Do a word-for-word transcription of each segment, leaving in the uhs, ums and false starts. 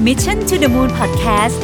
Mission to the Moon Podcast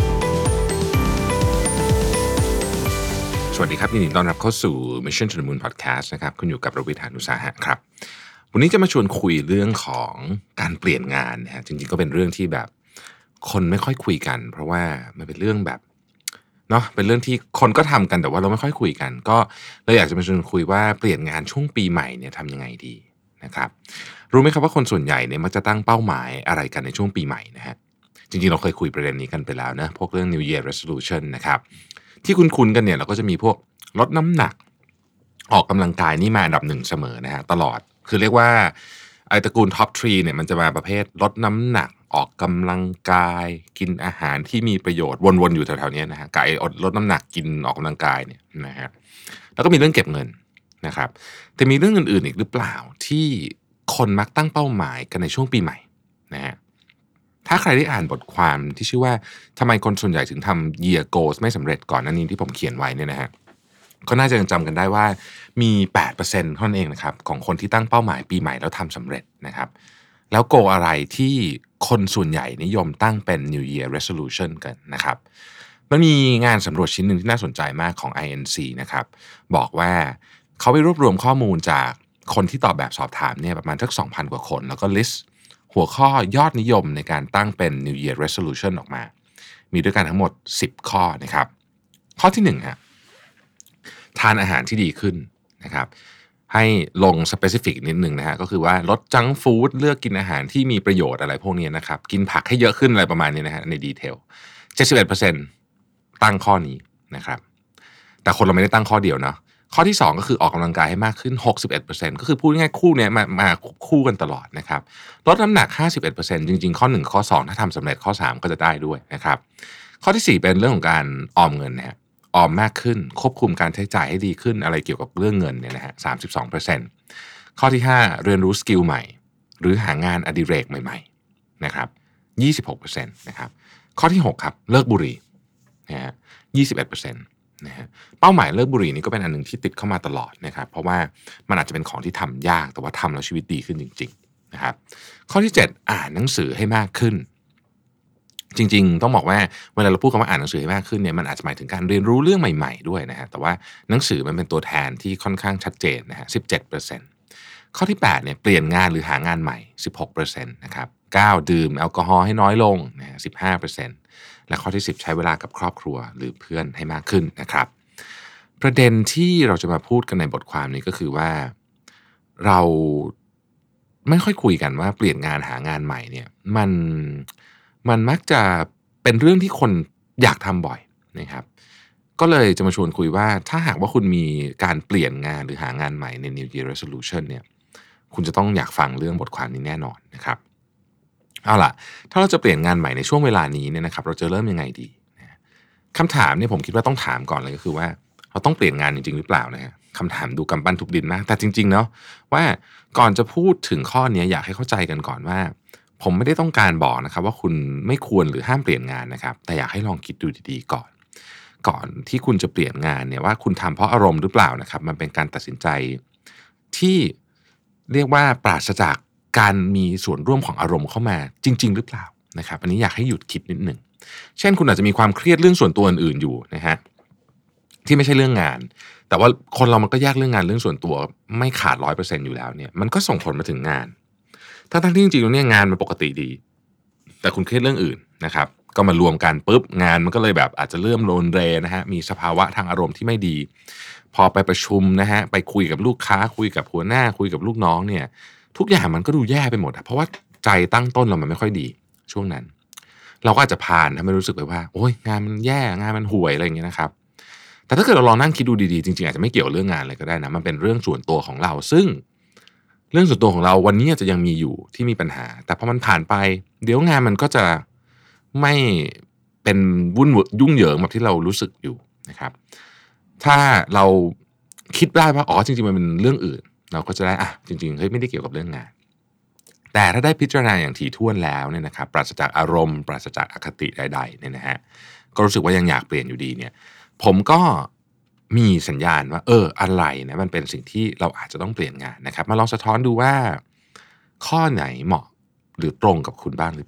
สวัสดีครับยินดีต้อนรับเข้าสู่ Mission to the Moon Podcast นะครับคุณอยู่กับรวิทย์ หาญอุตสาหะครับวันนี้จะมาชวนคุยเรื่องของการเปลี่ยนงานนะฮะจริงๆก็เป็นเรื่องที่แบบคนไม่ค่อยคุยกันเพราะว่ามันเป็นเรื่องแบบเนาะเป็นเรื่องที่คนก็ทำกันแต่ว่าเราไม่ค่อยคุยกันก็เลยอยากจะมาชวนคุยว่าเปลี่ยนงานช่วงปีใหม่เนี่ยทำยังไงดีนะครับรู้ไหมครับว่าคนส่วนใหญ่เนี่ยมักจะตั้งเป้าหมายอะไรกันในช่วงปีใหม่นะฮะจริงๆเราเคยคุยประเด็นนี้กันไปแล้วนะพวกเรื่อง New Year Resolution นะครับที่คุ้นๆกันเนี่ยเราก็จะมีพวกลดน้ำหนักออกกำลังกายนี่มาอันดับหนึ่งเสมอนะฮะตลอดคือเรียกว่าไอ้ตระกูลท็อปทรีเนี่ยมันจะมาประเภทลดน้ำหนักออกกำลังกายกินอาหารที่มีประโยชน์วนๆอยู่แถวๆนี้นะฮะกับไอ้ลดน้ำหนักกินออกกำลังกายเนี่ยนะฮะแล้วก็มีเรื่องเก็บเงินนะครับแต่มีเรื่องอื่นๆอีกหรือเปล่าที่คนมักตั้งเป้าหมายกันในช่วงปีใหม่นะฮะถ้าใครได้อ่านบทความที่ชื่อว่าทำไมคนส่วนใหญ่ถึงทำ year goals ไม่สำเร็จก่อนหน้านี้ที่ผมเขียนไว้เนี่ยนะฮะก็น่าจะยังจำกันได้ว่ามี แปดเปอร์เซ็นต์ เท่านั้นเองนะครับของคนที่ตั้งเป้าหมายปีใหม่แล้วทำสำเร็จนะครับแล้วโกอะไรที่คนส่วนใหญ่นิยมตั้งเป็น New Year Resolution กันนะครับมันมีงานสำรวจชิ้นหนึ่งที่น่าสนใจมากของ ไอ เอ็น ซี นะครับบอกว่าเขาไปรวบรวมข้อมูลจากคนที่ตอบแบบสอบถามเนี่ยประมาณสัก สองพัน กว่าคนแล้วก็ list หัวข้อยอดนิยมในการตั้งเป็น New Year Resolution ออกมามีด้วยกันทั้งหมดสิบข้อนะครับข้อที่หนึ่งฮะทานอาหารที่ดีขึ้นนะครับให้ลงสเปซิฟิกนิดนึงนะฮะก็คือว่าลดจังก์ฟู้ดเลือกกินอาหารที่มีประโยชน์อะไรพวกนี้นะครับกินผักให้เยอะขึ้นอะไรประมาณนี้นะฮะในดีเทล เจ็ดสิบเอ็ดเปอร์เซ็นต์ ตั้งข้อนี้นะครับแต่คนเราไม่ได้ตั้งข้อเดียวเนาะข้อที่สองก็คือออกกำลังกายให้มากขึ้น หกสิบเอ็ดเปอร์เซ็นต์ ก็คือพูดง่ายๆคู่เนี้ยมามาคู่กันตลอดนะครับลดน้ำหนัก ห้าสิบเอ็ดเปอร์เซ็นต์ จริงๆข้อหนึ่งข้อสองถ้าทำสำเร็จข้อสามก็จะได้ด้วยนะครับข้อที่สี่เป็นเรื่องของการออมเงินนะฮะออมมากขึ้นควบคุมการใช้จ่ายให้ดีขึ้นอะไรเกี่ยวกับเรื่องเงินเนี่ยนะฮะ สามสิบสองเปอร์เซ็นต์ ข้อที่ห้าเรียนรู้สกิลใหม่หรือหางานอดิเรกใหม่ๆนะครับ ยี่สิบหกเปอร์เซ็นต์ นะครับข้อที่หกครับเลิกบุหรี่นะฮะ ยี่สิบเอ็ดเปอร์เซ็นต์ นะฮะเป้าหมายเลิกบุหรี่นี่ก็เป็นอันหนึ่งที่ติดเข้ามาตลอดนะครับเพราะว่ามันอาจจะเป็นของที่ทำยากแต่ว่าทำแล้วชีวิตดีขึ้นจริงๆนะครับข้อที่เจ็ดอ่านหนังสือให้มากขึ้นจริงๆต้องบอกว่าเวลาเราพูดคำว่าอ่านหนังสือให้มากขึ้นเนี่ยมันอาจจะหมายถึงการเรียนรู้เรื่องใหม่ๆด้วยนะฮะแต่ว่าหนังสือมันเป็นตัวแทนที่ค่อนข้างชัดเจนนะฮะ สิบเจ็ดเปอร์เซ็นต์ ข้อที่แปดเนี่ยเปลี่ยนงานหรือหางานใหม่ สิบหกเปอร์เซ็นต์ นะครับเก้าดื่มแอลกอฮอล์ให้น้อยลงนะฮะ สิบห้าเปอร์เซ็นต์ และข้อที่สิบใช้เวลากับครอบครัวหรือเพื่อนให้มากขึ้นนะครับประเด็นที่เราจะมาพูดกันในบทความนี้ก็คือว่าเราไม่ค่อยคุยกันว่าเปลี่ยนงานหางานใหม่เนี่ยมันมันมักจะเป็นเรื่องที่คนอยากทำบ่อยนะครับก็เลยจะมาชวนคุยว่าถ้าหากว่าคุณมีการเปลี่ยนงานหรือหางานใหม่ใน New Year Resolution เนี่ยคุณจะต้องอยากฟังเรื่องบทความนี้แน่นอนนะครับเอาล่ะถ้าเราจะเปลี่ยนงานใหม่ในช่วงเวลานี้เนี่ยนะครับเราจะเริ่มยังไงดีคำถามเนี่ยผมคิดว่าต้องถามก่อนเลยก็คือว่าเราต้องเปลี่ยนงานจริงๆหรือเปล่านะฮะคำถามดูกำปั้นทุบดินมากแต่จริงๆเนาะว่าก่อนจะพูดถึงข้อนี้อยากให้เข้าใจกันก่อนว่าผมไม่ได้ต้องการบอกนะครับว่าคุณไม่ควรหรือห้ามเปลี่ยนงานนะครับแต่อยากให้ลองคิดดูดีๆก่อนก่อนที่คุณจะเปลี่ยนงานเนี่ยว่าคุณทำเพราะอารมณ์หรือเปล่านะครับมันเป็นการตัดสินใจที่เรียกว่าปราศจากการมีส่วนร่วมของอารมณ์เข้ามาจริงๆหรือเปล่านะครับอันนี้อยากให้หยุดคิดนิดหนึ่งเช่นคุณอาจจะมีความเครียดเรื่องส่วนตัวอื่นๆอยู่นะฮะที่ไม่ใช่เรื่องงานแต่ว่าคนเรามันก็แยกเรื่องงานเรื่องส่วนตัวไม่ขาด ร้อยเปอร์เซ็นต์ อยู่แล้วเนี่ยมันก็ส่งผลมาถึงงานทั้งๆที่จริงๆแล้วเนี่ยงานมันปกติดีแต่คุณเครียดเรื่องอื่นนะครับก็มารวมกันปุ๊บงานมันก็เลยแบบอาจจะเริ่มโลนเรนะฮะมีสภาวะทางอารมณ์ที่ไม่ดีพอไปประชุมนะฮะไปคุยกับลูกค้าคุยกับหัวหน้าคุยกับลูกน้องเนี่ยทุกอย่างมันก็ดูแย่ไปหมดเพราะว่าใจตั้งต้นเรามันไม่ค่อยดีช่วงนั้นเราก็อาจจะผ่านทำให้รู้สึกไปว่าโอ๊ยงานมันแย่งานมันห่วยอะไรอย่างเงี้ยนะครับแต่ถ้าเกิดเราลองนั่งคิดดูดีๆจริงๆอาจจะไม่เกี่ยวกับเรื่องงานเลยก็ได้นะมันเป็นเรื่องส่วนตัวของเราซึ่งเรื่องส่วนตัวของเราวันนี้อาจจะยังมีอยู่ที่มีปัญหาแต่พอมันผ่านไปเดี๋ยวงานมันก็จะไม่เป็นวุ่นยุ่งเหยิงแบบที่เรารู้สึกอยู่นะครับถ้าเราคิดได้ว่าอ๋อจริงๆมันเป็นเรื่องอื่นเราก็จะได้อ่ะจริงๆเฮ้ยไม่ได้เกี่ยวกับเรื่องงานแต่ถ้าได้พิจารณาอย่างถี่ถ้วนแล้วเนี่ยนะครับปราศจากอารมณ์ปราศจากอคติใดๆเนี่ยนะฮะก็รู้สึกว่ายังอยากเปลี่ยนอยู่ดีเนี่ยผมก็มีสัญญาณว่าเอออะไรนะมันเป็นสิ่งที่เราอาจจะต้องเปลี่ยนงานนะครับมาลองสะท้อนดูว่าข้อไหนเหมาะหรือตรงกับคุณบ้างหรือเปล่า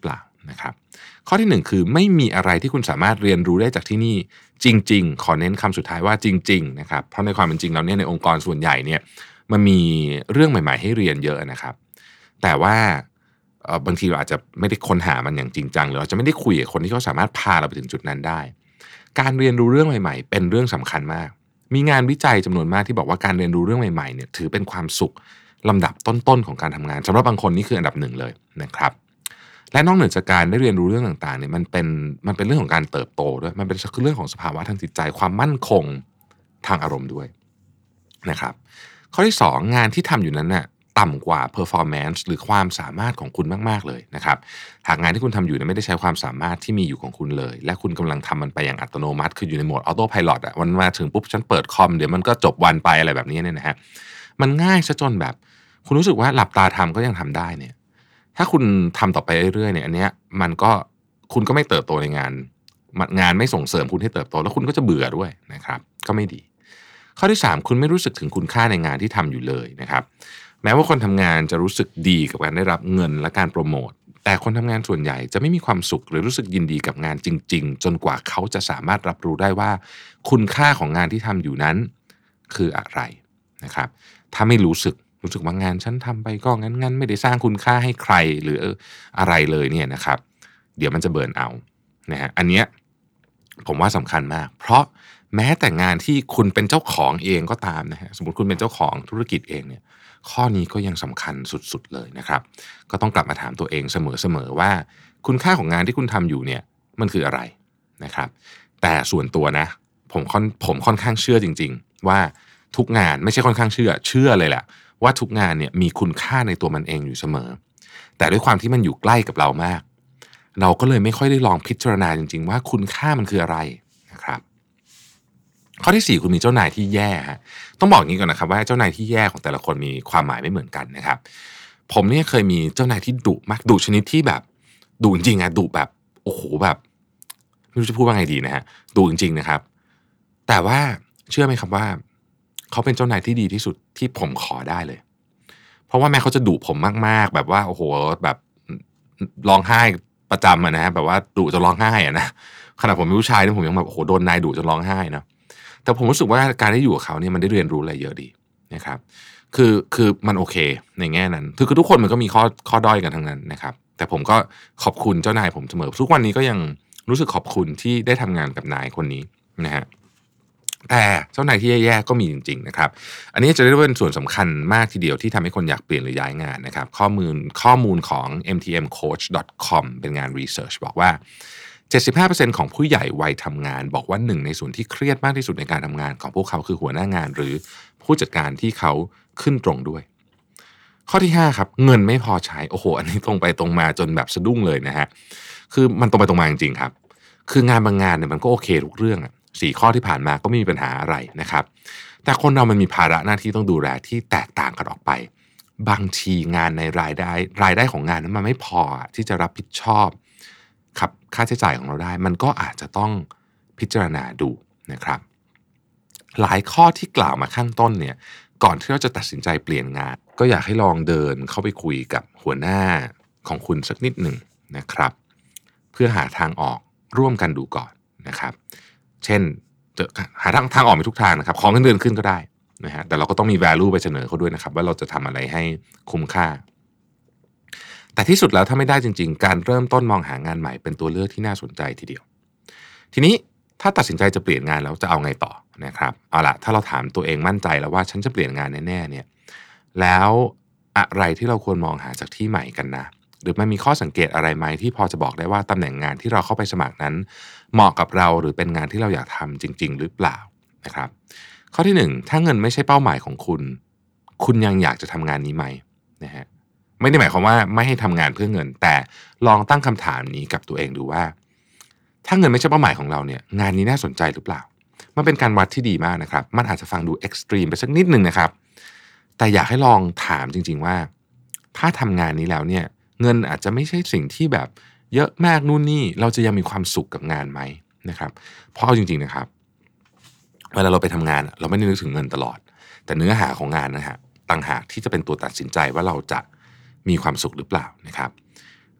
นะครับข้อที่หนึ่งคือไม่มีอะไรที่คุณสามารถเรียนรู้ได้จากที่นี่จริงๆขอเน้นคำสุดท้ายว่าจริงๆนะครับเพราะในความเป็นจริงแล้วเนี่ยในองค์กรส่วนใหญ่เนี่ยมันมีเรื่องใหม่ๆให้เรียนเยอะนะครับแต่ว่าเอ่อบางทีเราอาจจะไม่ได้ค้นหามันอย่างจริงจังหรือเราจะไม่ได้คุยกับคนที่เขาสามารถพาเราไปถึงจุดนั้นได้การเรียนรู้เรื่องใหม่ๆเป็นเรื่องสำคัญมากมีงานวิจัยจำนวนมากที่บอกว่าการเรียนรู้เรื่องใหม่ๆเนี่ยถือเป็นความสุขลำดับต้นๆของการทำงานสำหรับบางคนนี่คืออันดับหนึ่งเลยนะครับและนอกเหนือจากการได้เรียนรู้เรื่องต่างๆเนี่ยมันเป็นมันเป็นเรื่องของการเติบโตด้วยมันเป็นเรื่องของสภาวะทางจิตใจความมั่นคงทางอารมณ์ด้วยนะครับข้อที่สองงานที่ทำอยู่นั้นน่ะต่ำกว่า performance หรือความสามารถของคุณมากๆเลยนะครับหากงานที่คุณทำอยู่เนี่ยไม่ได้ใช้ความสามารถที่มีอยู่ของคุณเลยและคุณกำลังทำมันไปอย่างอัตโนมัติคืออยู่ในโหมดออโต้ไพลอตอ่ะวันมาถึงปุ๊บฉันเปิดคอมเดี๋ยวมันก็จบวันไปอะไรแบบนี้เนี่ยนะฮะมันง่ายซะจนแบบคุณรู้สึกว่าหลับตาทำก็ยังทำได้เนี่ยถ้าคุณทำต่อไปเรื่อยๆเนี่ยอันเนี้ยมันก็คุณก็ไม่เติบโตในงานงานไม่ส่งเสริมคุณให้เติบโตแล้วคุณก็จะเบื่อด้วยนะครับก็ไม่ดีข้อที่สามคุณไม่รู้สึกถึงคุณค่าในงานที่ทำอยู่เลยนะครับแม้ว่าคนทำงานจะรู้สึกดีกับการได้รับเงินและการโปรโมทแต่คนทำงานส่วนใหญ่จะไม่มีความสุขหรือรู้สึกยินดีกับงานจริงๆจนกว่าเขาจะสามารถรับรู้ได้ว่าคุณค่าของงานที่ทำอยู่นั้นคืออะไรนะครับถ้าไม่รู้สึกรู้สึกว่างานฉันทำไปก็งั้นๆไม่ได้สร้างคุณค่าให้ใครหรืออะไรเลยเนี่ยนะครับเดี๋ยวมันจะเบิร์นเอานะฮะอันเนี้ยผมว่าสำคัญมากเพราะแม้แต่งานที่คุณเป็นเจ้าของเองก็ตามนะฮะสมมุติคุณเป็นเจ้าของธุรกิจเองเนี่ยข้อนี้ก็ยังสำคัญสุดๆเลยนะครับก็ต้องกลับมาถามตัวเองเสมอๆว่าคุณค่าของงานที่คุณทำอยู่เนี่ยมันคืออะไรนะครับแต่ส่วนตัวนะผมค่อนผมค่อนข้างเชื่อจริงๆว่าทุกงานไม่ใช่ค่อนข้างเชื่อเชื่อเลยแหละว่าทุกงานเนี่ยมีคุณค่าในตัวมันเองอยู่เสมอแต่ด้วยความที่มันอยู่ใกล้กับเรามากเราก็เลยไม่ค่อยได้ลองพิจารณาจริงๆว่าคุณค่ามันคืออะไรนะครับข้อที่สี่คุณมีเจ้านายที่แย่ฮะต้องบอกอย่างนี้ก่อนนะครับว่าเจ้านายที่แย่ของแต่ละคนมีความหมายไม่เหมือนกันนะครับผมเนี่ยเคยมีเจ้านายที่ดุมากดุชนิดที่แบบดุจริงๆอะดุแบบโอ้โหแบบไม่รู้จะพูดว่าไงดีนะฮะดุจริงๆนะครับแต่ว่าเชื่อไหมครับว่าเขาเป็นเจ้านายที่ดีที่สุดที่ผมขอได้เลยเพราะว่าแม้เขาจะดุผมมากๆแบบว่าโอ้โหแบบร้องไห้ประจำอะนะแบบว่าดุจนร้องไห้อะนะขนาดผมเป็นผู้ชายนี่ผมยังแบบโอ้โหโดนนายดุจนร้องไห้นะแต่ผมรู้สึกว่าการได้อยู่กับเขาเนี่ยมันได้เรียนรู้อะไรเยอะดีนะครับคือคือมันโอเคในแง่นั้นคือคือทุกคนมันก็มีข้อข้อด้อยกันทั้งนั้นนะครับแต่ผมก็ขอบคุณเจ้านายผมเสมอทุกวันนี้ก็ยังรู้สึกขอบคุณที่ได้ทำงานกับนายคนนี้นะฮะแต่เจ้านายที่แย่ๆก็มีจริงๆนะครับอันนี้จะเรียกว่าเป็นส่วนสำคัญมากทีเดียวที่ทำให้คนอยากเปลี่ยนหรือย้ายงานนะครับข้อมูลข้อมูลของ เอ็ม ที เอ็ม โค้ช ดอท คอม เป็นงานรีเสิร์ชบอกว่าเจ็ดสิบห้าเปอร์เซ็นต์ ของผู้ใหญ่วัยทำงานบอกว่าหนึ่งในส่วนที่เครียดมากที่สุดในการทำงานของพวกเขาคือหัวหน้างานหรือผู้จัดการที่เขาขึ้นตรงด้วยข้อที่ห้าครับเงินไม่พอใช้โอ้โหอันนี้ตรงไปตรงมาจนแบบสะดุ้งเลยนะฮะคือมันตรงไปตรงมาจริงๆครับคืองานบางงานเนี่ยมันก็โอเคทุกเรื่องอะสี่ข้อที่ผ่านมาก็ไม่มีปัญหาอะไรนะครับแต่คนเรามันมีภาระหน้าที่ต้องดูแลที่แตกต่างกันออกไปบางทีงานในรายได้รายได้ของงานนั้นมันไม่พอที่จะรับผิดชอบครับค่าใช้จ่ายของเราได้มันก็อาจจะต้องพิจารณาดูนะครับหลายข้อที่กล่าวมาข้างต้นเนี่ยก่อนที่เราจะตัดสินใจเปลี่ยนงานก็อยากให้ลองเดินเข้าไปคุยกับหัวหน้าของคุณสักนิดหนึ่งนะครับเพื่อหาทางออกร่วมกันดูก่อนนะครับเช่นหาทางทางออกมีทุกทางนะครับขอเงินเดือนขึ้นก็ได้นะฮะแต่เราก็ต้องมี value ไปเสนอเขาด้วยนะครับว่าเราจะทำอะไรให้คุ้มค่าแต่ที่สุดแล้วถ้าไม่ได้จริงๆการเริ่มต้นมองหางานใหม่เป็นตัวเลือกที่น่าสนใจทีเดียวทีนี้ถ้าตัดสินใจจะเปลี่ยนงานแล้วจะเอาไงต่อนะครับเอาล่ะถ้าเราถามตัวเองมั่นใจแล้วว่าฉันจะเปลี่ยนงานแน่ๆเนี่ยแล้วอะไรที่เราควรมองหาจากที่ใหม่กันนะหรือมันมีข้อสังเกตอะไรไหมที่พอจะบอกได้ว่าตำแหน่งงานที่เราเข้าไปสมัครนั้นเหมาะกับเราหรือเป็นงานที่เราอยากทำจริงๆหรือเปล่านะครับข้อที่หนึ่งถ้าเงินไม่ใช่เป้าหมายของคุณคุณยังอยากจะทำงานนี้ไหมนะฮะไม่ได้หมายความว่าไม่ให้ทำงานเพื่อเงินแต่ลองตั้งคำถามนี้กับตัวเองดูว่าถ้าเงินไม่ใช่เป้าหมายของเราเนี่ยงานนี้น่าสนใจหรือเปล่ามันเป็นการวัดที่ดีมากนะครับมันอาจจะฟังดูเอ็กซ์ตรีมไปสักนิดนึงนะครับแต่อยากให้ลองถามจริงๆว่าถ้าทำงานนี้แล้วเนี่ยเงินอาจจะไม่ใช่สิ่งที่แบบเยอะมากนู่นนี่เราจะยังมีความสุขกับงานไหมนะครับเพราะเอาจริงๆนะครับเวลาเราไปทำงานเราไม่ได้นึกถึงเงินตลอดแต่เนื้อหาของงานนะฮะต่างหากที่จะเป็นตัวตัดสินใจว่าเราจะมีความสุขหรือเปล่านะครับ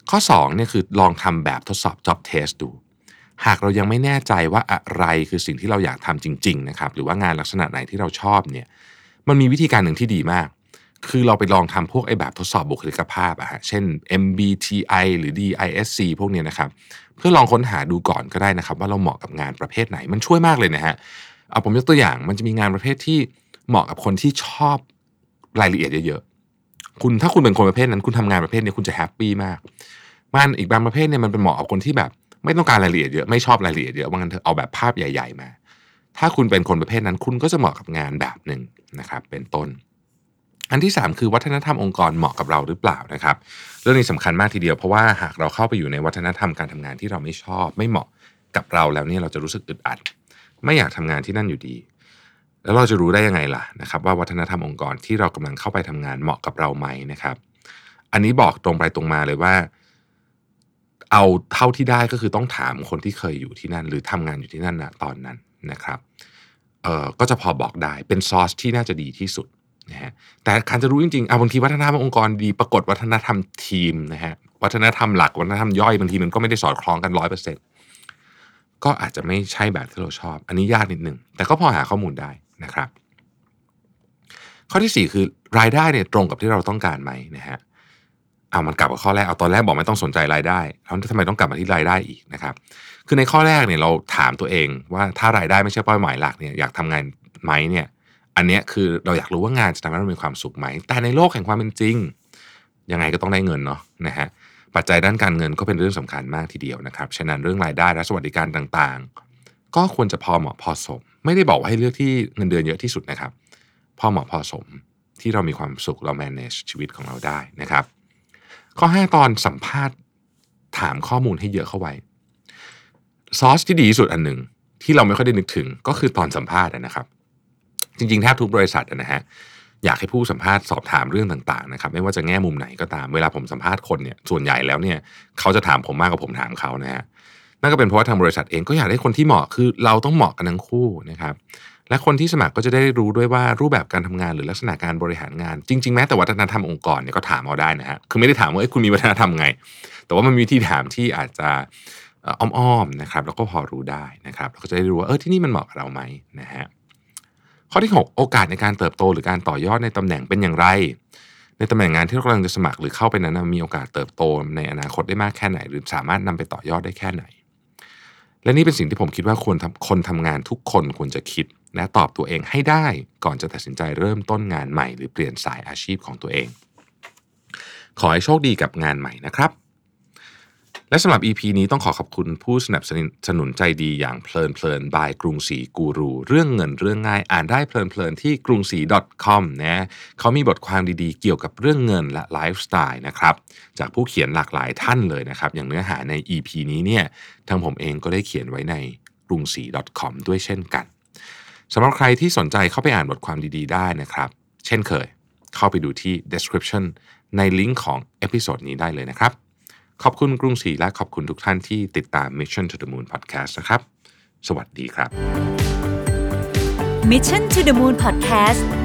ข้อสองเนี่ยคือลองทำแบบทดสอบ job test ดูหากเรายังไม่แน่ใจว่าอะไรคือสิ่งที่เราอยากทำจริงๆนะครับหรือว่างานลักษณะไหนที่เราชอบเนี่ยมันมีวิธีการหนึ่งที่ดีมากคือเราไปลองทำพวกไอ้แบบทดสอบบุคลิกภาพอะฮะเช่น เอ็ม บี ที ไอ หรือ ดี ไอ เอส ซี พวกเนี้ยนะครับเพื่อลองค้นหาดูก่อนก็ได้นะครับว่าเราเหมาะกับงานประเภทไหนมันช่วยมากเลยนะฮะเอาผมยกตัวอย่างมันจะมีงานประเภทที่เหมาะกับคนที่ชอบรายละเอียดเยอะๆคุณถ้าคุณเป็นคนประเภทนั้นคุณทำงานประเภทนี้คุณจะแฮปปี้มากงานอีกบางประเภทเนี่ยมันเป็นเหมาะกับคนที่แบบไม่ต้องการรายละเอียดเยอะไม่ชอบรายละเอียดเยอะว่างั้นเถอะเอาแบบภาพใหญ่ๆมาถ้าคุณเป็นคนประเภทนั้นคุณก็จะเหมาะกับงานแบบหนึ่งนะครับเป็นต้นอันที่สามคือวัฒนธรรมองค์กรเหมาะกับเราหรือเปล่านะครับเรื่องนี้สำคัญมากทีเดียวเพราะว่าหากเราเข้าไปอยู่ในวัฒนธรรมการทำงานที่เราไม่ชอบไม่เหมาะกับเราแล้วเนี่ยเราจะรู้สึกอึดอัดไม่อยากทำงานที่นั่นอยู่ดีแล้วเราจะรู้ได้ยังไงล่ะนะครับว่าวัฒนธรรมองค์กรที่เรากำลังเข้าไปทำงานเหมาะกับเราไหมนะครับอันนี้บอกตรงไปตรงมาเลยว่าเอาเท่าที่ได้ก็คือต้องถามคนที่เคยอยู่ที่นั่นหรือทำงานอยู่ที่นั่นนะตอนนั้นนะครับเอ่อก็จะพอบอกได้เป็นซอร์สที่น่าจะดีที่สุดนะฮะแต่การจะรู้จริงๆเอาบางทีวัฒนธรรมองค์กรดีปรากฏวัฒนธรรมทีมนะฮะวัฒนธรรมหลักวัฒนธรรมย่อยบางทีมันก็ไม่ได้สอดคล้องกัน ร้อยเปอร์เซ็นต์ ก็อาจจะไม่ใช่แบบที่เราชอบอันนี้ยากนิดนึงแต่ก็พอหาข้อมูลได้นะครับข้อที่สี่คือรายได้เนี่ยตรงกับที่เราต้องการไหมนะฮะเอามันกลับกับข้อแรกเอาตอนแรกบอกไม่ต้องสนใจรายได้แล้วทำไมต้องกลับมาที่รายได้อีกนะครับคือในข้อแรกเนี่ยเราถามตัวเองว่าถ้ารายได้ไม่ใช่เป้าหมายหลักเนี่ยอยากทำงานไหมเนี่ยอันเนี้ยคือเราอยากรู้ว่างานจะทำให้เรามีความสุขไหมแต่ในโลกแห่งความเป็นจริงยังไงก็ต้องได้เงินเนาะนะฮะปัจจัยด้านการเงินก็เป็นเรื่องสำคัญมากทีเดียวนะครับฉะนั้นเรื่องรายได้และสวัสดิการต่างๆก็ควรจะพอเหมาะพอสมไม่ได้บอกว่าให้เลือกที่เงินเดือนเยอะที่สุดนะครับพอเหมาะพอสมที่เรามีความสุขเรา manage ชีวิตของเราได้นะครับข้อห้าตอนสัมภาษณ์ถามข้อมูลให้เยอะเข้าไว้ซอสที่ดีที่สุดอันหนึ่งที่เราไม่ค่อยได้นึกถึงก็คือตอนสัมภาษณ์นะครับจริงๆแทบทุกบริษัทนะฮะอยากให้ผู้สัมภาษณ์สอบถามเรื่องต่างๆนะครับไม่ว่าจะแง่มุมไหนก็ตามเวลาผมสัมภาษณ์คนเนี่ยส่วนใหญ่แล้วเนี่ยเขาจะถามผมมากกว่าผมถามเขานะฮะนั่นก็เป็นเพราะว่าทางบริษัทเองก็อยากได้คนที่เหมาะคือเราต้องเหมาะกันทั้งคู่นะครับและคนที่สมัครก็จะได้รู้ด้วยว่ารูปแบบการทำงานหรือลักษณะการบริหารงานจริงๆแม้แต่วัฒนธรรมองค์กรเนี่ยก็ถามเอาได้นะฮะคือไม่ได้ถามว่าคุณมีวัฒนธรรมไงแต่ว่ามันมีวิธีถามที่อาจจะอ้อมๆนะครับแล้วก็พอรู้ได้นะครับเราก็จะได้รู้ว่าเออที่นี่มันเหมาะกับเราไหมนะฮะข้อที่หกโอกาสในการเติบโตหรือการต่อยอดในตำแหน่งเป็นอย่างไรในตำแหน่งงานที่เรากำลังจะสมัครหรือเข้าไปนั้นมีโอกาสเติบโตในอนาคตได้มากแค่ไหนหรือสามารถนำไปต่อยอดได้แค่ไหนและนี่เป็นสิ่งที่ผมคิดว่าควรคนทำงานทุกคนควรจะคิดและตอบตัวเองให้ได้ก่อนจะตัดสินใจเริ่มต้นงานใหม่หรือเปลี่ยนสายอาชีพของตัวเองขอให้โชคดีกับงานใหม่นะครับและสำหรับ อี พี นี้ต้องขอขอบคุณผู้สนับสนุนใจดีอย่างเพลินเพลินบายกรุงศรีกูรูเรื่องเงินเรื่องง่ายอ่านได้เพลินเพลินที่กรุงศรี .com นะเขามีบทความดีๆเกี่ยวกับเรื่องเงินและไลฟ์สไตล์นะครับจากผู้เขียนหลากหลายท่านเลยนะครับอย่างเนื้อหาใน อี พี นี้เนี่ยทางผมเองก็ได้เขียนไว้ในกรุงศรี .com ด้วยเช่นกันสำหรับใครที่สนใจเข้าไปอ่านบทความดีๆได้นะครับเช่นเคยเข้าไปดูที่ description ในลิงก์ของเอพิโซดนี้ได้เลยนะครับขอบคุณกรุงศรีและขอบคุณทุกท่านที่ติดตาม Mission to the Moon Podcast นะครับสวัสดีครับ Mission to the Moon Podcast